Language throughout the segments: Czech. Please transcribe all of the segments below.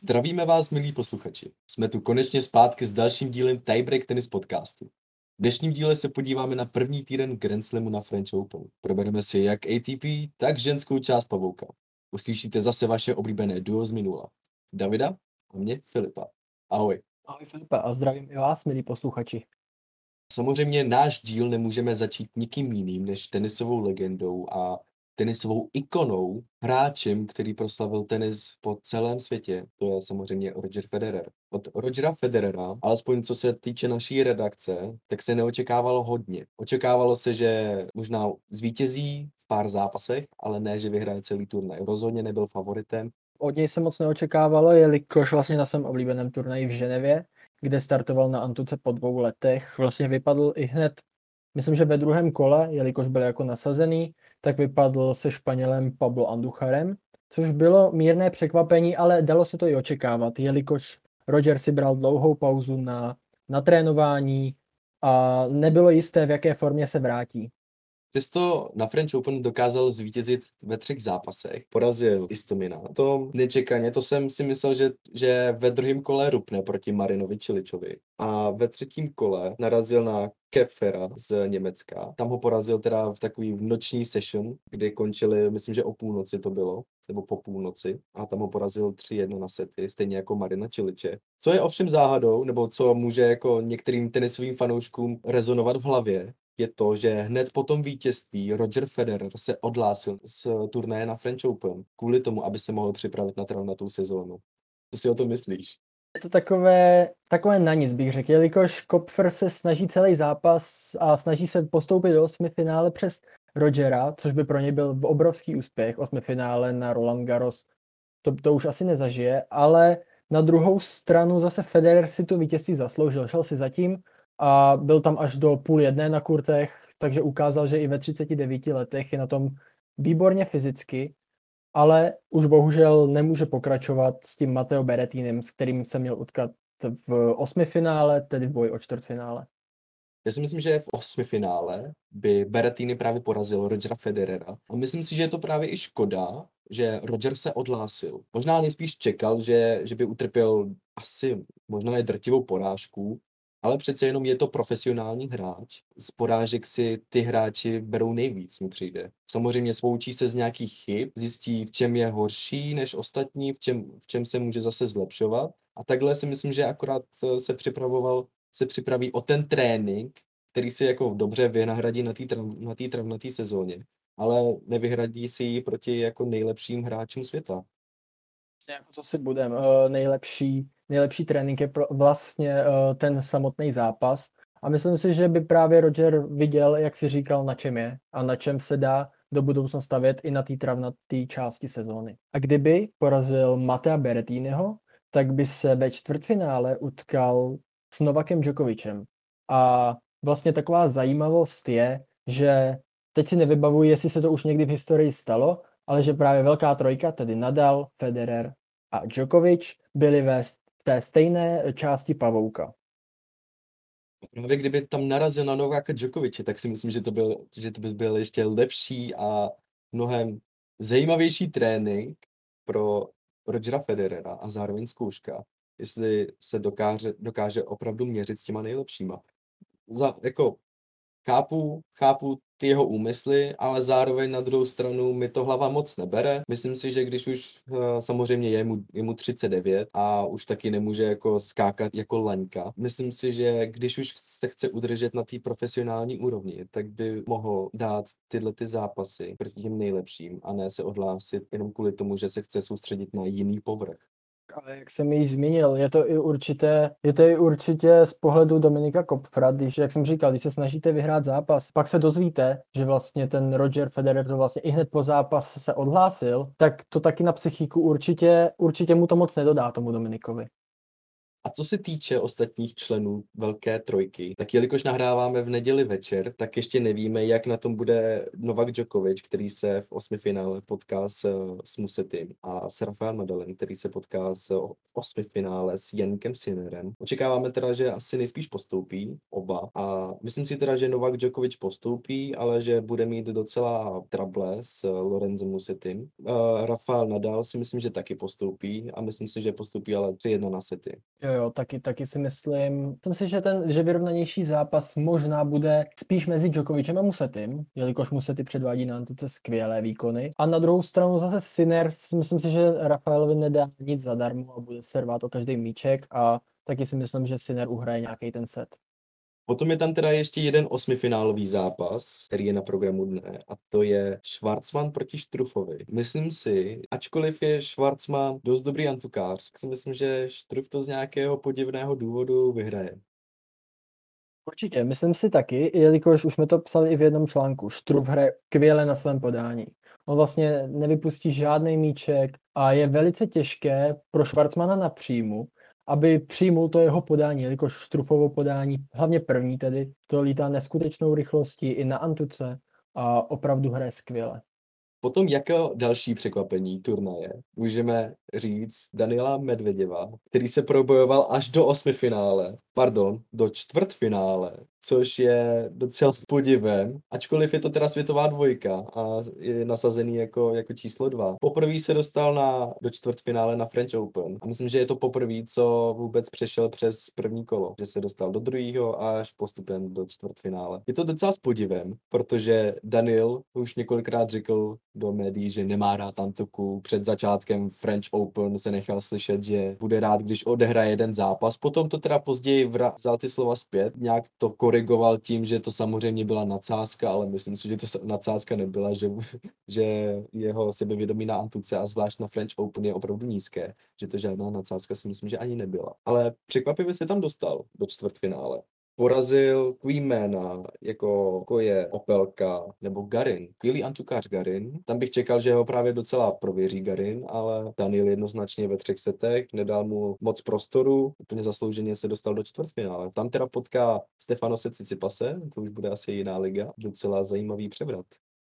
Zdravíme vás, milí posluchači. Jsme tu konečně zpátky s dalším dílem Tiebreak Tennis podcastu. V dnešním díle se podíváme na první týden Grand Slamu na French Open. Probereme si jak ATP, tak ženskou část pavouka. Uslyšíte zase vaše oblíbené duo z minula. Davida a mě Filipa. Ahoj. Ahoj Filipe a zdravím i vás, milí posluchači. Samozřejmě náš díl nemůžeme začít nikým jiným než tenisovou legendou a tenisovou ikonou, hráčem, který proslavil tenis po celém světě. To je samozřejmě Roger Federer. Od Rogera Federera, alespoň co se týče naší redakce, tak se neočekávalo hodně. Očekávalo se, že možná zvítězí v pár zápasech, ale ne, že vyhraje celý turnaj. Rozhodně nebyl favoritem. Od něj se moc neočekávalo, jelikož vlastně na svém oblíbeném turnaji v Ženevě, kde startoval na Antuce po 2 letech, vlastně vypadl i hned, myslím, že ve druhém kole, jelikož byl jako nasazený, tak vypadl se Španělem Pablo Andujarem, což bylo mírné překvapení, ale dalo se to i očekávat, jelikož Roger si bral dlouhou pauzu na trénování a nebylo jisté, v jaké formě se vrátí. Přesto na French Open dokázal zvítězit ve 3 zápasech. Porazil Istomina. To nečekaně, to jsem si myslel, že ve druhém kole rupne proti Marinovi Čiličovi. A ve 3. kole narazil na Kepfera z Německa. Tam ho porazil teda v takový noční session, kdy končili, myslím, že o půlnoci to bylo, nebo po půlnoci. A tam ho porazil 3-1 na sety, stejně jako Marina Čiliče. Co je ovšem záhadou, nebo co může jako některým tenisovým fanouškům rezonovat v hlavě, je to, že hned po tom vítězství Roger Federer se odhlásil z turnaje na French Open kvůli tomu, aby se mohl připravit na travnatou sezónu. Co si o tom myslíš? Je to takové na nic, bych řekl, jelikož Kopfer se snaží celý zápas a snaží se postoupit do 8finále přes Rogera, což by pro něj byl obrovský úspěch, 8finále na Roland Garros, to už asi nezažije, ale na druhou stranu zase Federer si to vítězství zasloužil, šel si zatím a byl tam až do 0:30 na kurtech, takže ukázal, že i ve 39 letech je na tom výborně fyzicky, ale už bohužel nemůže pokračovat s tím Matteo Berrettinem, s kterým se měl utkat v 8finále, tedy v boji o čtvrtfinále. Já si myslím, že v 8finále by Berrettini právě porazil Rogera Federera. A myslím si, že je to právě i škoda, že Roger se odhlásil. Možná nejspíš čekal, že by utrpěl asi možná i drtivou porážku, ale přece jenom je to profesionální hráč. Z porážek si ty hráči berou nejvíc, mi přijde. Samozřejmě poučí se z nějakých chyb, zjistí, v čem je horší než ostatní, v čem se může zase zlepšovat. A takhle si myslím, že akorát se připraví o ten trénink, který si jako dobře vynahradí na té travnaté sezóně, ale nevyhradí si ji proti jako nejlepším hráčům světa. Jako co si budem, nejlepší trénink je vlastně ten samotný zápas a myslím si, že by právě Roger viděl, jak si říkal, na čem je a na čem se dá do budoucna stavět i na té travnaté části sezóny. A kdyby porazil Mattea Berrettiniho, tak by se ve čtvrtfinále utkal s Novakem Djokovicem. A vlastně taková zajímavost je, že teď si nevybavuji, jestli se to už někdy v historii stalo, ale že právě velká trojka, tedy Nadal, Federer a Djokovic, byli v té stejné části pavouka. Právě kdyby tam narazil na Nováka Djokoviče, tak si myslím, že to by byl ještě lepší a mnohem zajímavější trénink pro Rogera Federera a zároveň zkouška, jestli se dokáže opravdu měřit s těma nejlepšíma. Chápu ty jeho úmysly, ale zároveň na druhou stranu mi to hlava moc nebere. Myslím si, že když už samozřejmě je mu 39 a už taky nemůže jako skákat jako laňka. Myslím si, že když už se chce udržet na té profesionální úrovni, tak by mohl dát tyhle ty zápasy proti těm nejlepším a ne se odhlásit jenom kvůli tomu, že se chce soustředit na jiný povrch. Ale jak jsem již zmínil, je to i určitě z pohledu Dominika Kopfera, jak jsem říkal, když se snažíte vyhrát zápas, pak se dozvíte, že vlastně ten Roger Federer to vlastně i hned po zápase se odhlásil, tak to taky na psychiku určitě mu to moc nedodá tomu Dominikovi. A co se týče ostatních členů Velké trojky, tak jelikož nahráváme v neděli večer, tak ještě nevíme, jak na tom bude Novak Djokovic, který se v osmifinále potká s Musetým, a s Rafael Nadalem, který se potká v osmifinále s Jannikem Sinnerem. Očekáváme teda, že asi nejspíš postoupí oba, a myslím si teda, že Novak Djokovic postoupí, ale že bude mít docela trable s Lorenzem Musetým. Rafael Nadal si myslím, že taky postoupí, a myslím si, že postoupí ale 3-1 na sety. Jo, taky si myslím. Myslím si, že vyrovnanější zápas možná bude spíš mezi Djokovicem a Musetým, jelikož Musetý předvádí na Antuce skvělé výkony. A na druhou stranu zase Sinner, myslím si, že Rafaelovi nedá nic zadarmo a bude se rvát o každý míček, a taky si myslím, že Sinner uhraje nějaký ten set. Potom je tam teda ještě jeden osmifinálový zápas, který je na programu dne, a to je Schwartzman proti Strufovi. Myslím si, ačkoliv je Schwartzman dost dobrý antukář, tak si myslím, že Struff to z nějakého podivného důvodu vyhraje. Určitě, myslím si taky, jelikož už jsme to psali i v jednom článku. Struff hraje skvěle na svém podání. On vlastně nevypustí žádný míček a je velice těžké pro Schwartzmana na příjmu, aby přijmul to jeho podání, jelikož Struffovo podání, hlavně první tedy, to lítá neskutečnou rychlostí i na Antuce a opravdu hraje skvěle. Potom jako další překvapení turnaje můžeme říct Daniela Medveděva, který se probojoval až do do čtvrtfinále, což je docela podivem, ačkoliv je to teda světová dvojka a je nasazený jako číslo 2. Poprvé se dostal do čtvrtfinále na French Open a myslím, že je to poprvé, co vůbec přešel přes první kolo, že se dostal do druhého až postupem do čtvrtfinále. Je to docela s podivem, protože Daniel už několikrát řekl do médií, že nemá rád Antuku. Před začátkem French Open se nechal slyšet, že bude rád, když odehraje jeden zápas. Potom to teda později vzal ty slova zpět, nějak to korigoval tím, že to samozřejmě byla nadsázka, ale myslím si, že to nadsázka nebyla, že jeho sebevědomí na Antuce a zvlášť na French Open je opravdu nízké, že to žádná nadsázka si myslím, že ani nebyla. Ale překvapivě se tam dostal do čtvrtfinále. Porazil Queenmana, jako je Opelka nebo Garin. Skvělý antukář Garin. Tam bych čekal, že ho právě docela prověří Garin, ale Daniel jednoznačně ve 3 setech, nedal mu moc prostoru, úplně zaslouženě se dostal do čtvrtfinále. Tam teda potká Stefanose Tsitsipase, to už bude asi jiná liga. Docela zajímavý převrat.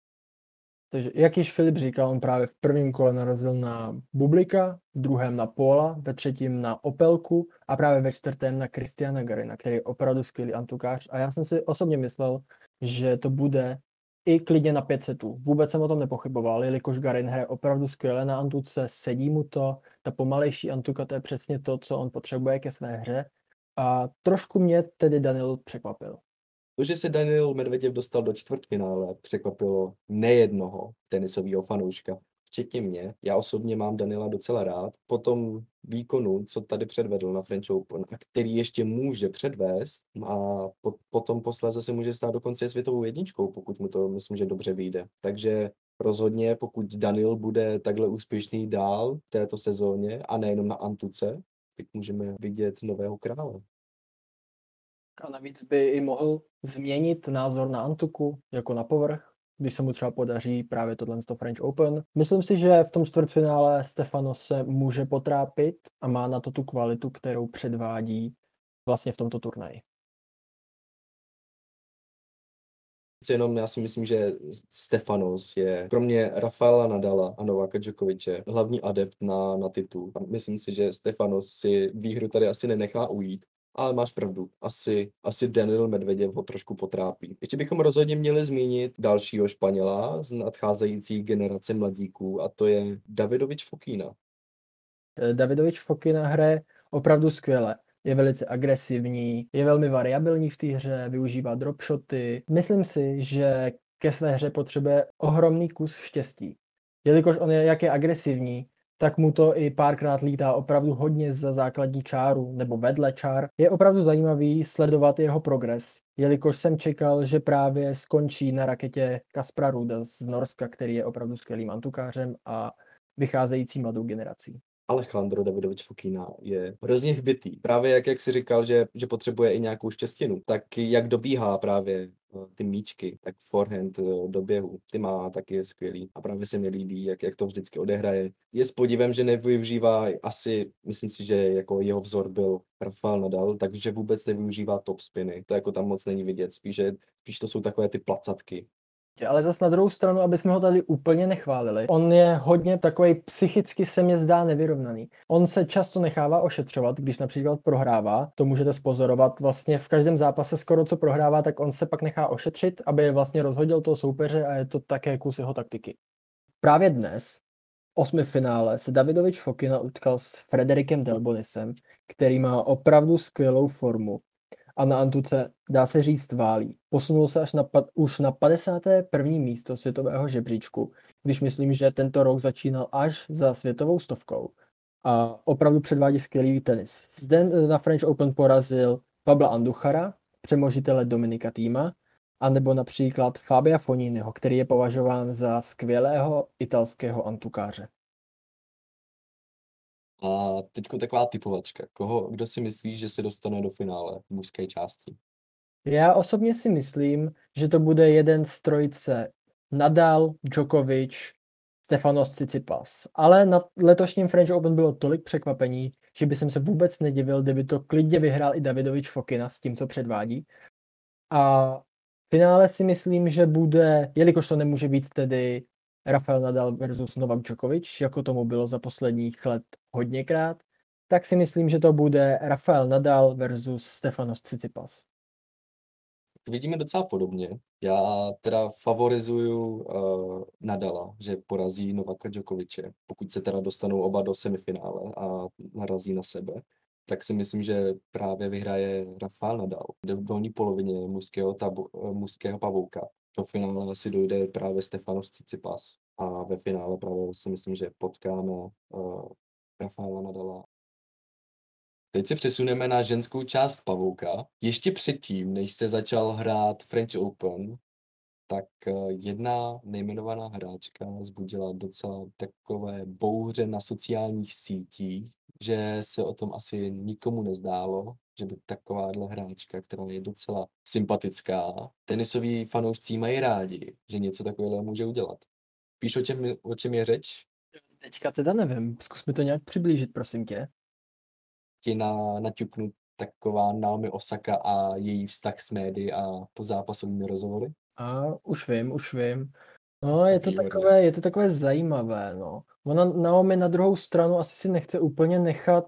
Takže jak již Filip říkal, on právě v prvním kole narazil na Bublika, v druhém na Paula, ve třetím na Opelku a právě ve čtvrtém na Christiana Garina, který je opravdu skvělý antukář. A já jsem si osobně myslel, že to bude i klidně na 5 setů. Vůbec jsem o tom nepochyboval, jelikož Garin hraje opravdu skvěle na antuce, sedí mu to, ta pomalejší antuka, to je přesně to, co on potřebuje ke své hře. A trošku mě tedy Daniel překvapil. To, že se Daniel Medveděv dostal do čtvrtfinále, překvapilo nejednoho tenisového fanouška, včetně mě. Já osobně mám Daniela docela rád. Po tom výkonu, co tady předvedl na French Open a který ještě může předvést a potom posléze se může stát dokonce světovou jedničkou, pokud mu to myslím, že dobře vyjde. Takže rozhodně, pokud Daniel bude takhle úspěšný dál v této sezóně a nejenom na antuce, tak můžeme vidět nového krále. A navíc by i mohl změnit názor na antuku, jako na povrch, když se mu třeba podaří právě tohle French Open. Myslím si, že v tom čtvrtfinále Stefanos se může potrápit a má na to tu kvalitu, kterou předvádí vlastně v tomto turnaji. Jenom já si myslím, že Stefanos je kromě Rafaela Nadala a Novaka Djokoviče hlavní adept na titul. Myslím si, že Stefanos si výhru tady asi nenechá ujít. Ale máš pravdu, asi Daniel Medveděv ho trošku potrápí. Ještě bychom rozhodně měli zmínit dalšího Španěla z nadcházející generace mladíků a to je Davidovich Fokina. Davidovich Fokina hraje opravdu skvěle. Je velice agresivní, je velmi variabilní v té hře, využívá dropshoty. Myslím si, že ke své hře potřebuje ohromný kus štěstí. Jelikož on jak je agresivní, tak mu to i párkrát lítá opravdu hodně za základní čáru nebo vedle čár. Je opravdu zajímavý sledovat jeho progres, jelikož jsem čekal, že právě skončí na raketě Kaspra Ruda z Norska, který je opravdu skvělým antukářem a vycházející mladou generací. Alejandro Davidovič Fokina je hrozně hbitý. Právě jak jsi říkal, že potřebuje i nějakou štěstinu, tak jak dobíhá právě ty míčky, tak forehand do běhu, ty má taky skvělý. A právě se mi líbí, jak to vždycky odehraje. Je s podívem, že nevyužívá asi, myslím si, že jako jeho vzor byl Rafael Nadal, takže vůbec nevyužívá topspiny. To jako tam moc není vidět, spíš to jsou takové ty placatky. Ale zas na druhou stranu, aby jsme ho tady úplně nechválili, on je hodně takovej psychicky se mně zdá nevyrovnaný. On se často nechává ošetřovat, když například prohrává, to můžete spozorovat, vlastně v každém zápase skoro co prohrává, tak on se pak nechá ošetřit, aby vlastně rozhodil toho soupeře a je to také kus jeho taktiky. Právě dnes, v 8. finále, se Davidovič Fokina utkal s Frederikem Delbonisem, který má opravdu skvělou formu a na antuce, dá se říct, válí. Posunul se už na 51. místo světového žebříčku, když myslím, že tento rok začínal až za světovou 100. A opravdu předvádí skvělý tenis. Zde na French Open porazil Pabla Anduchara, přemožitele Dominika Thíma, anebo například Fabia Fogniniho, který je považován za skvělého italského antukáře. A teďko taková typovačka. Kdo si myslí, že se dostane do finále v mužské části? Já osobně si myslím, že to bude jeden z trojice Nadal, Djokovic, Stefanos Tsitsipas. Ale na letošním French Open bylo tolik překvapení, že by jsem se vůbec nedivil, kdyby to klidně vyhrál i Davidovič Fokina s tím, co předvádí. A v finále si myslím, že bude, jelikož to nemůže být tedy Rafael Nadal versus Novak Djokovic, jako tomu bylo za posledních let hodněkrát, tak si myslím, že to bude Rafael Nadal versus Stefanos Tsitsipas. Vidíme docela podobně. Já teda favorizuju Nadala, že porazí Novaka Djokoviče. Pokud se teda dostanou oba do semifinále a narazí na sebe, tak si myslím, že právě vyhraje Rafael Nadal. V dolní polovině mužského pavouka. Do finále asi dojde právě Stefanos Tsitsipas. A ve finále právě si myslím, že potkáme Rafaela Nadala. Teď se přesuneme na ženskou část pavouka. Ještě předtím, než se začal hrát French Open, tak jedna nejmenovaná hráčka vzbudila docela takové bouře na sociálních sítích, že se o tom asi nikomu nezdálo, že by takováhle hráčka, která je docela sympatická, tenisoví fanoušci mají rádi, že něco takového může udělat. Víš, o čem je řeč? Teďka teda nevím, zkus mi to nějak přiblížit, prosím tě. Ti naťuknu taková Naomi Osaka a její vztah s médií a pozápasovými rozhovory? A už vím. No, je to Výborně. je to takové zajímavé, no. Ona Naomi na druhou stranu asi si nechce úplně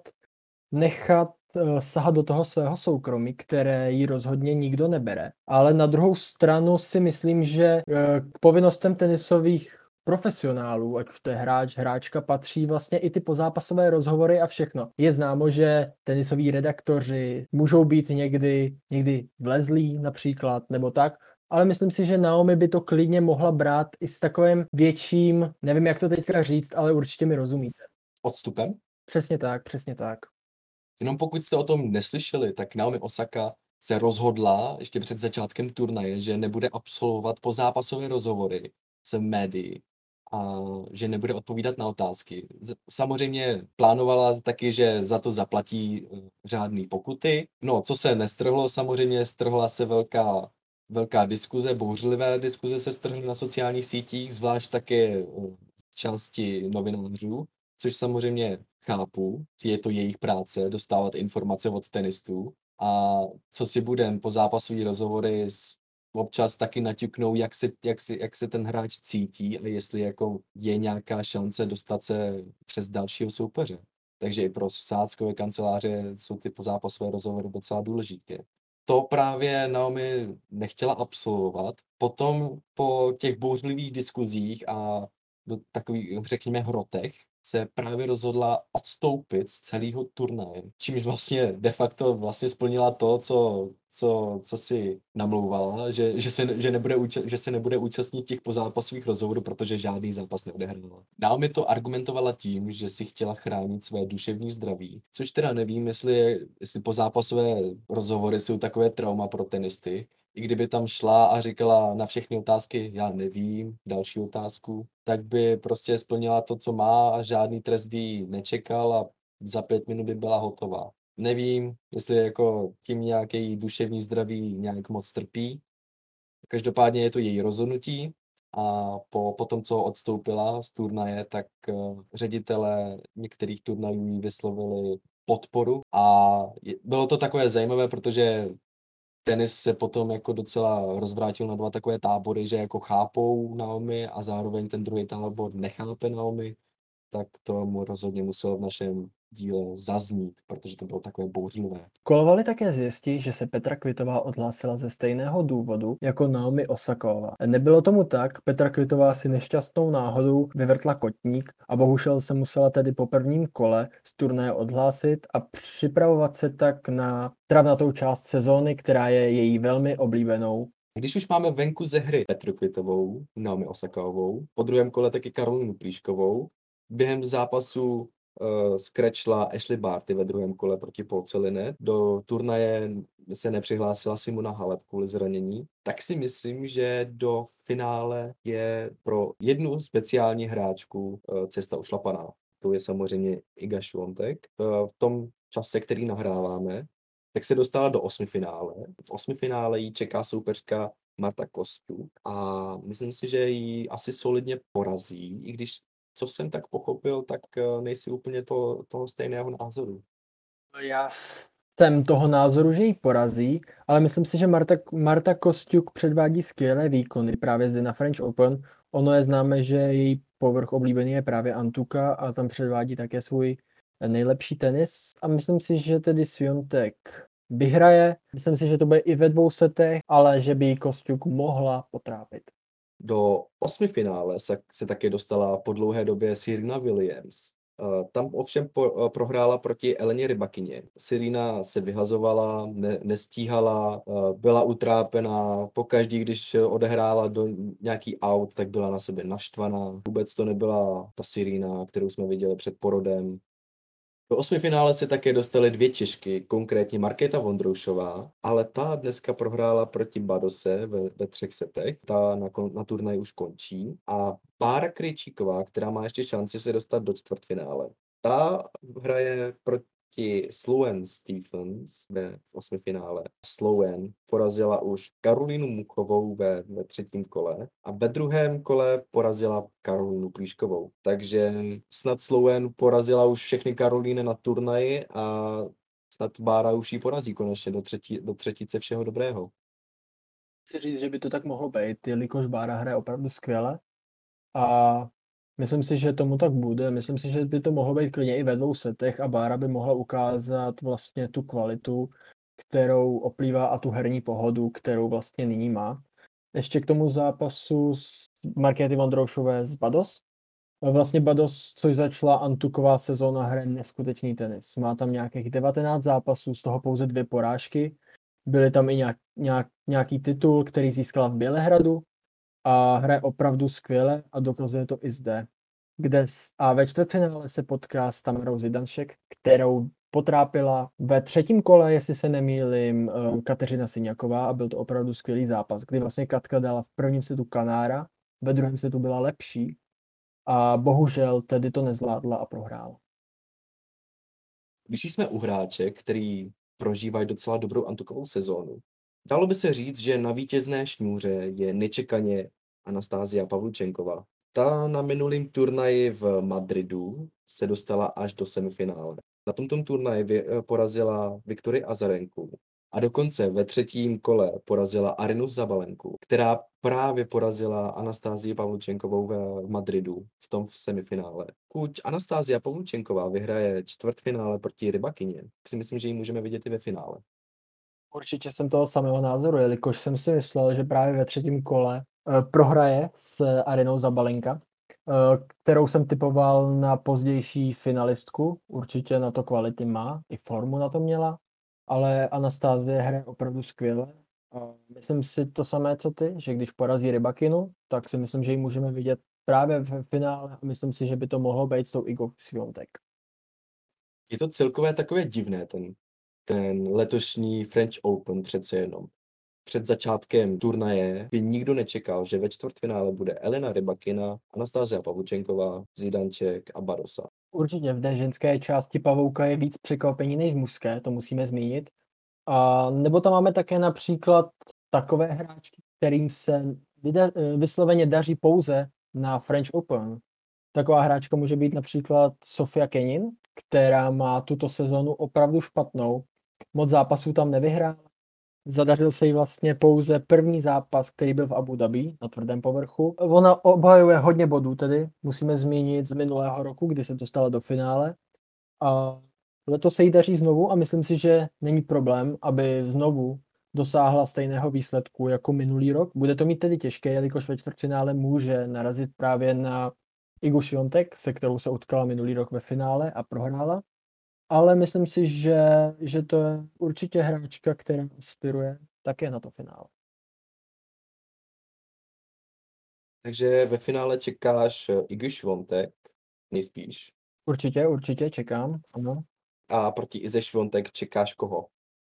nechat sahat do toho svého soukromí, které jí rozhodně nikdo nebere. Ale na druhou stranu si myslím, že k povinnostem tenisových profesionálů, ať už to je hráč, hráčka, patří vlastně i ty pozápasové rozhovory a všechno. Je známo, že tenisoví redaktoři můžou být někdy vlezlí například, nebo tak, ale myslím si, že Naomi by to klidně mohla brát i s takovým větším, nevím, jak to teďka říct, ale určitě mi rozumíte. Odstupem? Přesně tak. Jenom pokud jste o tom neslyšeli, tak Naomi Osaka se rozhodla ještě před začátkem turnaje, že nebude absolvovat pozápasové rozhovory s médií a že nebude odpovídat na otázky. Samozřejmě plánovala taky, že za to zaplatí řádný pokuty. No, co se nestrhlo, samozřejmě strhla se velká diskuze, bouřlivé diskuze se strhly na sociálních sítích, zvlášť také z části novinářů, což samozřejmě chápu, že je to jejich práce dostávat informace od tenistů a co si budem, po zápasové rozhovory občas taky naťuknou, jak se ten hráč cítí a jestli jako je nějaká šance dostat se přes dalšího soupeře. Takže i pro sáckové kanceláře jsou ty pozápasové rozhovory docela důležité. To právě Naomi nechtěla absolvovat. Potom po těch bouřlivých diskuzích a do takových, řekněme, hrotech se právě rozhodla odstoupit z celého turnaje, čímž vlastně de facto vlastně splnila to, co si namlouvala, že se nebude účastnit těch pozápasových rozhovorů, protože žádný zápas neodehrála. Naomi to argumentovala tím, že si chtěla chránit své duševní zdraví, což teda nevím, jestli pozápasové rozhovory jsou takové trauma pro tenisty, i kdyby tam šla a říkala na všechny otázky, já nevím, další otázku, tak by prostě splnila to, co má a žádný trest by jí nečekal a za 5 minut by byla hotová. Nevím, jestli jako tím nějaký duševní zdraví nějak moc trpí. Každopádně je to její rozhodnutí a po tom, co odstoupila z turnaje, tak ředitelé některých turnajů jí vyslovili podporu a bylo to takové zajímavé, protože tenis se potom jako docela rozvrátil na dva takové tábory, že jako chápou Naomi a zároveň ten druhý tábor nechápe Naomi, tak to mu rozhodně muselo v našem díle zaznít, protože to bylo takové bouřlivé. Kolovaly také zvěsti, že se Petra Kvitová odhlásila ze stejného důvodu jako Naomi Osaková. Nebylo tomu tak, Petra Kvitová si nešťastnou náhodou vyvrtla kotník a bohužel se musela tedy po prvním kole z turnaje odhlásit a připravovat se tak na travnatou část sezóny, která je její velmi oblíbenou. Když už máme venku ze hry Petru Kvitovou, Naomi Osakovou, po druhém kole taky Karolínu Plíškovou, během zápasu skrečla Ashley Barty ve druhém kole proti Paul Celine. Do turnaje se nepřihlásila Simona Halep kvůli zranění. Tak si myslím, že do finále je pro jednu speciální hráčku cesta ušlapaná. To je samozřejmě Iga Swiatek. V tom čase, který nahráváme, tak se dostala do osmifinále. V osmifinále jí čeká soupeřka Marta Kostyuk a myslím si, že ji asi solidně porazí, i když co jsem tak pochopil, tak nejsi úplně toho stejného názoru. Já jsem toho názoru, že ji porazí, ale myslím si, že Marta Kostyuk předvádí skvělé výkony právě zde na French Open. Ono je známe, že její povrch oblíbený je právě Antuka a tam předvádí také svůj nejlepší tenis a myslím si, že tedy Swiatek vyhraje. Myslím si, že to bude i ve 2 setech, ale že by ji Kostyuk mohla potrápit. Do osmifinále se také dostala po dlouhé době Serena Williams. Tam ovšem prohrála proti Eleně Rybakině. Serena se vyhazovala, nestíhala, byla utrápená. Pokaždý, když odehrála do nějaký aut, tak byla na sebe naštvaná. Vůbec to nebyla ta Serena, kterou jsme viděli před porodem. Do osmifinále se také dostaly 2 Češky, konkrétně Markéta Vondroušová, ale ta dneska prohrála proti Badose ve 3 setech, ta na turnaj už končí. A Bára Krejčíková, která má ještě šanci se dostat do čtvrtfinále, ta hraje proti Sloane Stephens v osmifinále. Sloane porazila už Karolínu Muchovou ve 3. kole a ve 2. kole porazila Karolínu Plíškovou. Takže snad Sloane porazila už všechny Karolíny na turnaji a snad Bára už ji porazí konečně do třetice všeho dobrého. Chci říct, že by to tak mohlo být, jelikož Bára hraje opravdu skvěle a myslím si, že tomu tak bude. Myslím si, že by to mohlo být klidně i ve 2 setech a Bára by mohla ukázat vlastně tu kvalitu, kterou oplývá a tu herní pohodu, kterou vlastně nyní má. Ještě k tomu zápasu s Markéty Vondroušové z Bados. Vlastně Bados, což začala Antuková sezóna, hraje neskutečný tenis. Má tam nějakých 19 zápasů, z toho pouze 2 porážky. Byly tam i nějaký titul, který získala v Bělehradu a hraje opravdu skvěle a dokazuje to i zde. A ve čtvrtfinále se potká s Tamarou Zidanšek, kterou potrápila ve 3. kole, jestli se nemýlím, Kateřina Syňaková a byl to opravdu skvělý zápas, kdy vlastně Katka dala v prvním setu Kanára, ve druhém setu byla lepší a bohužel tedy to nezvládla a prohrála. Když jsme u hráček, který prožívají docela dobrou Antukovou sezónu, dalo by se říct, že na vítězné šňůře je nečekaně Anastázia Pavlučenková. Ta na minulém turnaji v Madridu se dostala až do semifinále. Na tomto turnaji porazila Viktorii Azarenku a dokonce ve 3. kole porazila Arinu Zabalenku, která právě porazila Anastázii Pavlučenkovou v Madridu v semifinále. Pokud Anastázia Pavlučenková vyhraje čtvrtfinále proti Rybakině, tak si myslím, že ji můžeme vidět i ve finále. Určitě jsem toho samého názoru, jelikož jsem si myslel, že právě ve 3. kole prohraje s Arinou Zabalenka, kterou jsem typoval na pozdější finalistku. Určitě na to kvality má, i formu na to měla, ale Anastázie hraje opravdu skvěle. Myslím si to samé, co ty, že když porazí Rybakinu, tak si myslím, že ji můžeme vidět právě v finále a myslím si, že by to mohlo být s tou Igou Swiatek. Je to celkové takové divné, ten letošní French Open přece jenom. před začátkem turnaje by nikdo nečekal, že ve čtvrtfinále bude Elena Rybakina, Anastázia Pavlučenková, Zidanček a Barosa. Určitě v té ženské části pavouka je víc překvapení než v mužské, to musíme zmínit. A nebo tam máme také například takové hráčky, kterým se vysloveně daří pouze na French Open. Taková hráčka může být například Sofia Kenin, která má tuto sezonu opravdu špatnou. Moc zápasů tam nevyhrála. Zadařil se jí vlastně pouze první zápas, který byl v Abu Dhabi na tvrdém povrchu. Ona obhajuje hodně bodů tedy, musíme zmínit z minulého roku, kdy se dostala do finále. A letos se jí daří znovu a myslím si, že není problém, aby znovu dosáhla stejného výsledku jako minulý rok. Bude to mít tedy těžké, jelikož ve čtvrtfinále může narazit právě na Igu Swiatek, se kterou se utkala minulý rok ve finále a prohrála. Ale myslím si, že to je určitě hráčka, která aspiruje také na to finále. Takže ve finále čekáš Igu Swiatek nejspíš. Určitě čekám, ano. A proti Ize Swiatek čekáš koho?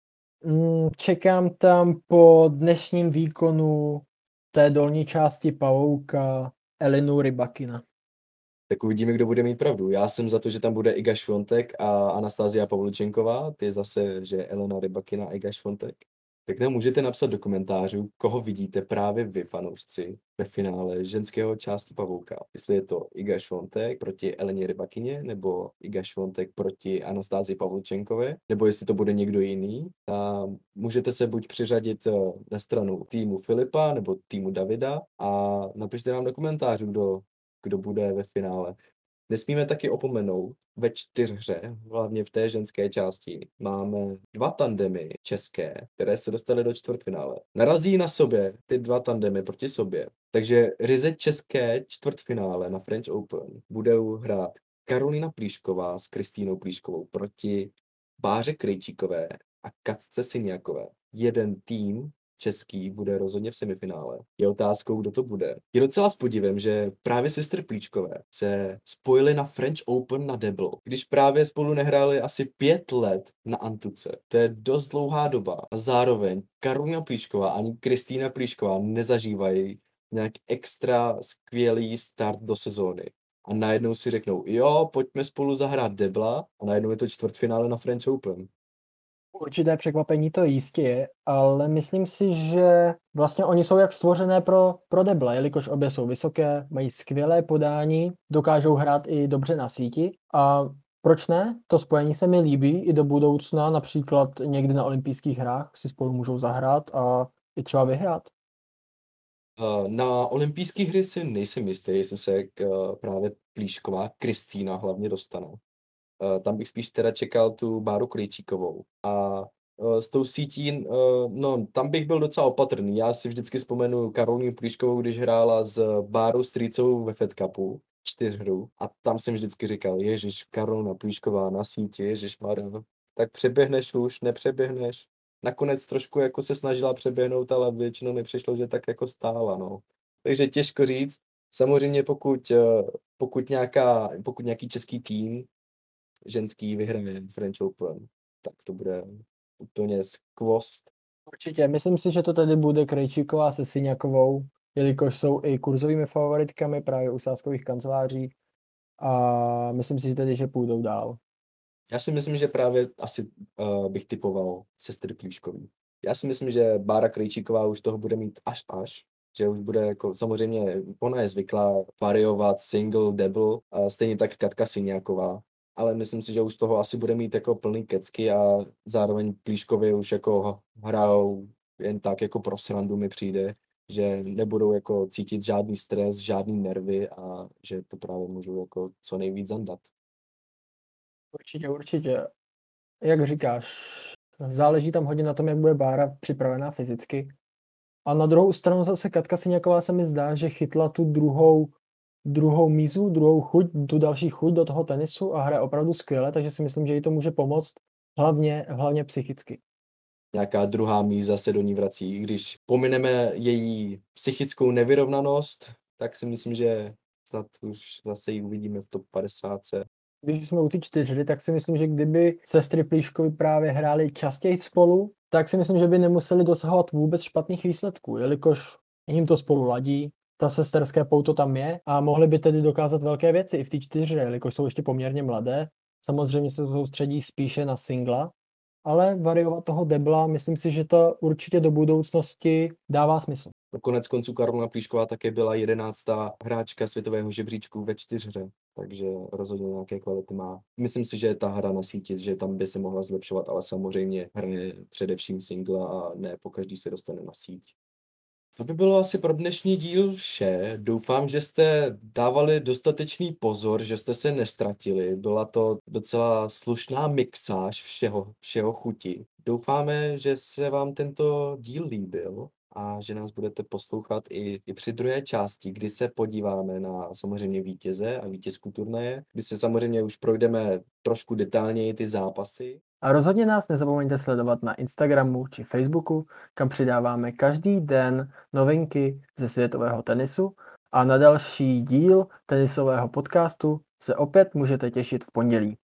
Čekám tam po dnešním výkonu té dolní části pavouka Elenu Rybakina. Tak uvidíme, kdo bude mít pravdu. Já jsem za to, že tam bude Iga Swiatek a Anastázia Pavlučenková, ty zase, že Elena Rybakina a Iga Swiatek. Tak nám můžete napsat do komentářů, koho vidíte právě vy, fanoušci, ve finále ženského části pavouka. Jestli je to Iga Swiatek proti Eleně Rybakině, nebo Iga Swiatek proti Anastázii Pavlučenkové, nebo jestli to bude někdo jiný. A můžete se buď přiřadit na stranu týmu Filipa nebo týmu Davida a napište nám do komentářů, kdo bude ve finále. Nesmíme taky opomenout ve čtyřhře, hlavně v té ženské části, máme 2 tandemy české, které se dostaly do čtvrtfinále. Narazí na sobě ty 2 tandemy proti sobě, takže ryze české čtvrtfinále na French Open budou hrát Karolina Plíšková s Kristýnou Plíškovou proti Báře Krejčíkové a Katce Syniakové. Jeden tým český bude rozhodně v semifinále. Je otázkou, kdo to bude. Je docela s podivem, že právě sestry Plíčkové se spojily na French Open na debl, když právě spolu nehráli asi 5 let na antuce. To je dost dlouhá doba. A zároveň Karolina Plíšková ani Kristýna Plíšková nezažívají nějak extra skvělý start do sezóny. A najednou si řeknou, jo, pojďme spolu zahrát debla a najednou je to čtvrtfinále na French Open. Určité překvapení to jistě je, ale myslím si, že vlastně oni jsou jak stvořené pro deble, jelikož obě jsou vysoké, mají skvělé podání, dokážou hrát i dobře na síti a proč ne? To spojení se mi líbí i do budoucna, například někdy na olympijských hrách si spolu můžou zahrát a i třeba vyhrát. Na olympijské hry si nejsem jistý, jestli se právě Plíšková Kristýna hlavně dostane. Tam bych spíš teda čekal tu Báru Krejčíkovou. A s tou sítí, no tam bych byl docela opatrný. Já si vždycky vzpomenu Karolínu Plíškovou, když hrála s Bárou Strýcovou ve Fed Cupu 4hru a tam jsem vždycky říkal, ježiš, Karolina Plíšková na síti, ježišmarja, tak přeběhneš už, nepřeběhneš. Nakonec trošku jako se snažila přeběhnout, ale většinou mi přišlo, že tak jako stála, no. Takže těžko říct. Samozřejmě pokud nějaký český tým ženský vyhraje French Open, tak to bude úplně skvost. Určitě, myslím si, že to tady bude Krejčíková se Syňakovou, jelikož jsou i kurzovými favoritkami právě u sázkových kanceláří a myslím si tedy, že půjdou dál. Já si myslím, že právě asi bych typoval sestry Plíškový. Já si myslím, že Bára Krejčíková už toho bude mít až, že už bude jako, samozřejmě ona je zvyklá variovat single, double, stejně tak Katka Syniaková, ale myslím si, že už toho asi bude mít jako plný kecky a zároveň Plíškově už jako hrajou jen tak jako pro srandu mi přijde, že nebudou jako cítit žádný stres, žádný nervy a že to právě můžou jako co nejvíc zandat. Určitě. Jak říkáš, záleží tam hodně na tom, jak bude Bára připravená fyzicky. A na druhou stranu zase Katka Syňaková se mi zdá, že chytla tu druhou mízu, druhou chuť, tu další chuť do toho tenisu a hraje opravdu skvěle, takže si myslím, že jí to může pomoct hlavně psychicky. Nějaká druhá míza se do ní vrací. Když pomineme její psychickou nevyrovnanost, tak si myslím, že snad už zase ji uvidíme v top 50. Když jsme u ty 4, tak si myslím, že kdyby sestry Plíškovy právě hrály častěji spolu, tak si myslím, že by nemuseli dosahovat vůbec špatných výsledků, jelikož jim to spolu ladí, ta sesterské pouto tam je a mohli by tedy dokázat velké věci i v té 4, jelikož jsou ještě poměrně mladé. Samozřejmě se soustředí spíše na singla, ale variovat toho debla, myslím si, že to určitě do budoucnosti dává smysl. Konec konců Karolina Plíšková také byla 11. hráčka světového žebříčku ve 4, takže rozhodně nějaké kvality má. Myslím si, že je ta hra na síti, že tam by se mohla zlepšovat, ale samozřejmě hraje především singla a ne pokaždý se dostane na síť. To by bylo asi pro dnešní díl vše. Doufám, že jste dávali dostatečný pozor, že jste se nestratili. Byla to docela slušná mixáž všeho chuti. Doufáme, že se vám tento díl líbil a že nás budete poslouchat i při druhé části, kdy se podíváme na samozřejmě vítěze a vítězku turnaje, kdy se samozřejmě už projdeme trošku detailněji ty zápasy. A rozhodně nás nezapomeňte sledovat na Instagramu či Facebooku, kam přidáváme každý den novinky ze světového tenisu a na další díl tenisového podcastu se opět můžete těšit v pondělí.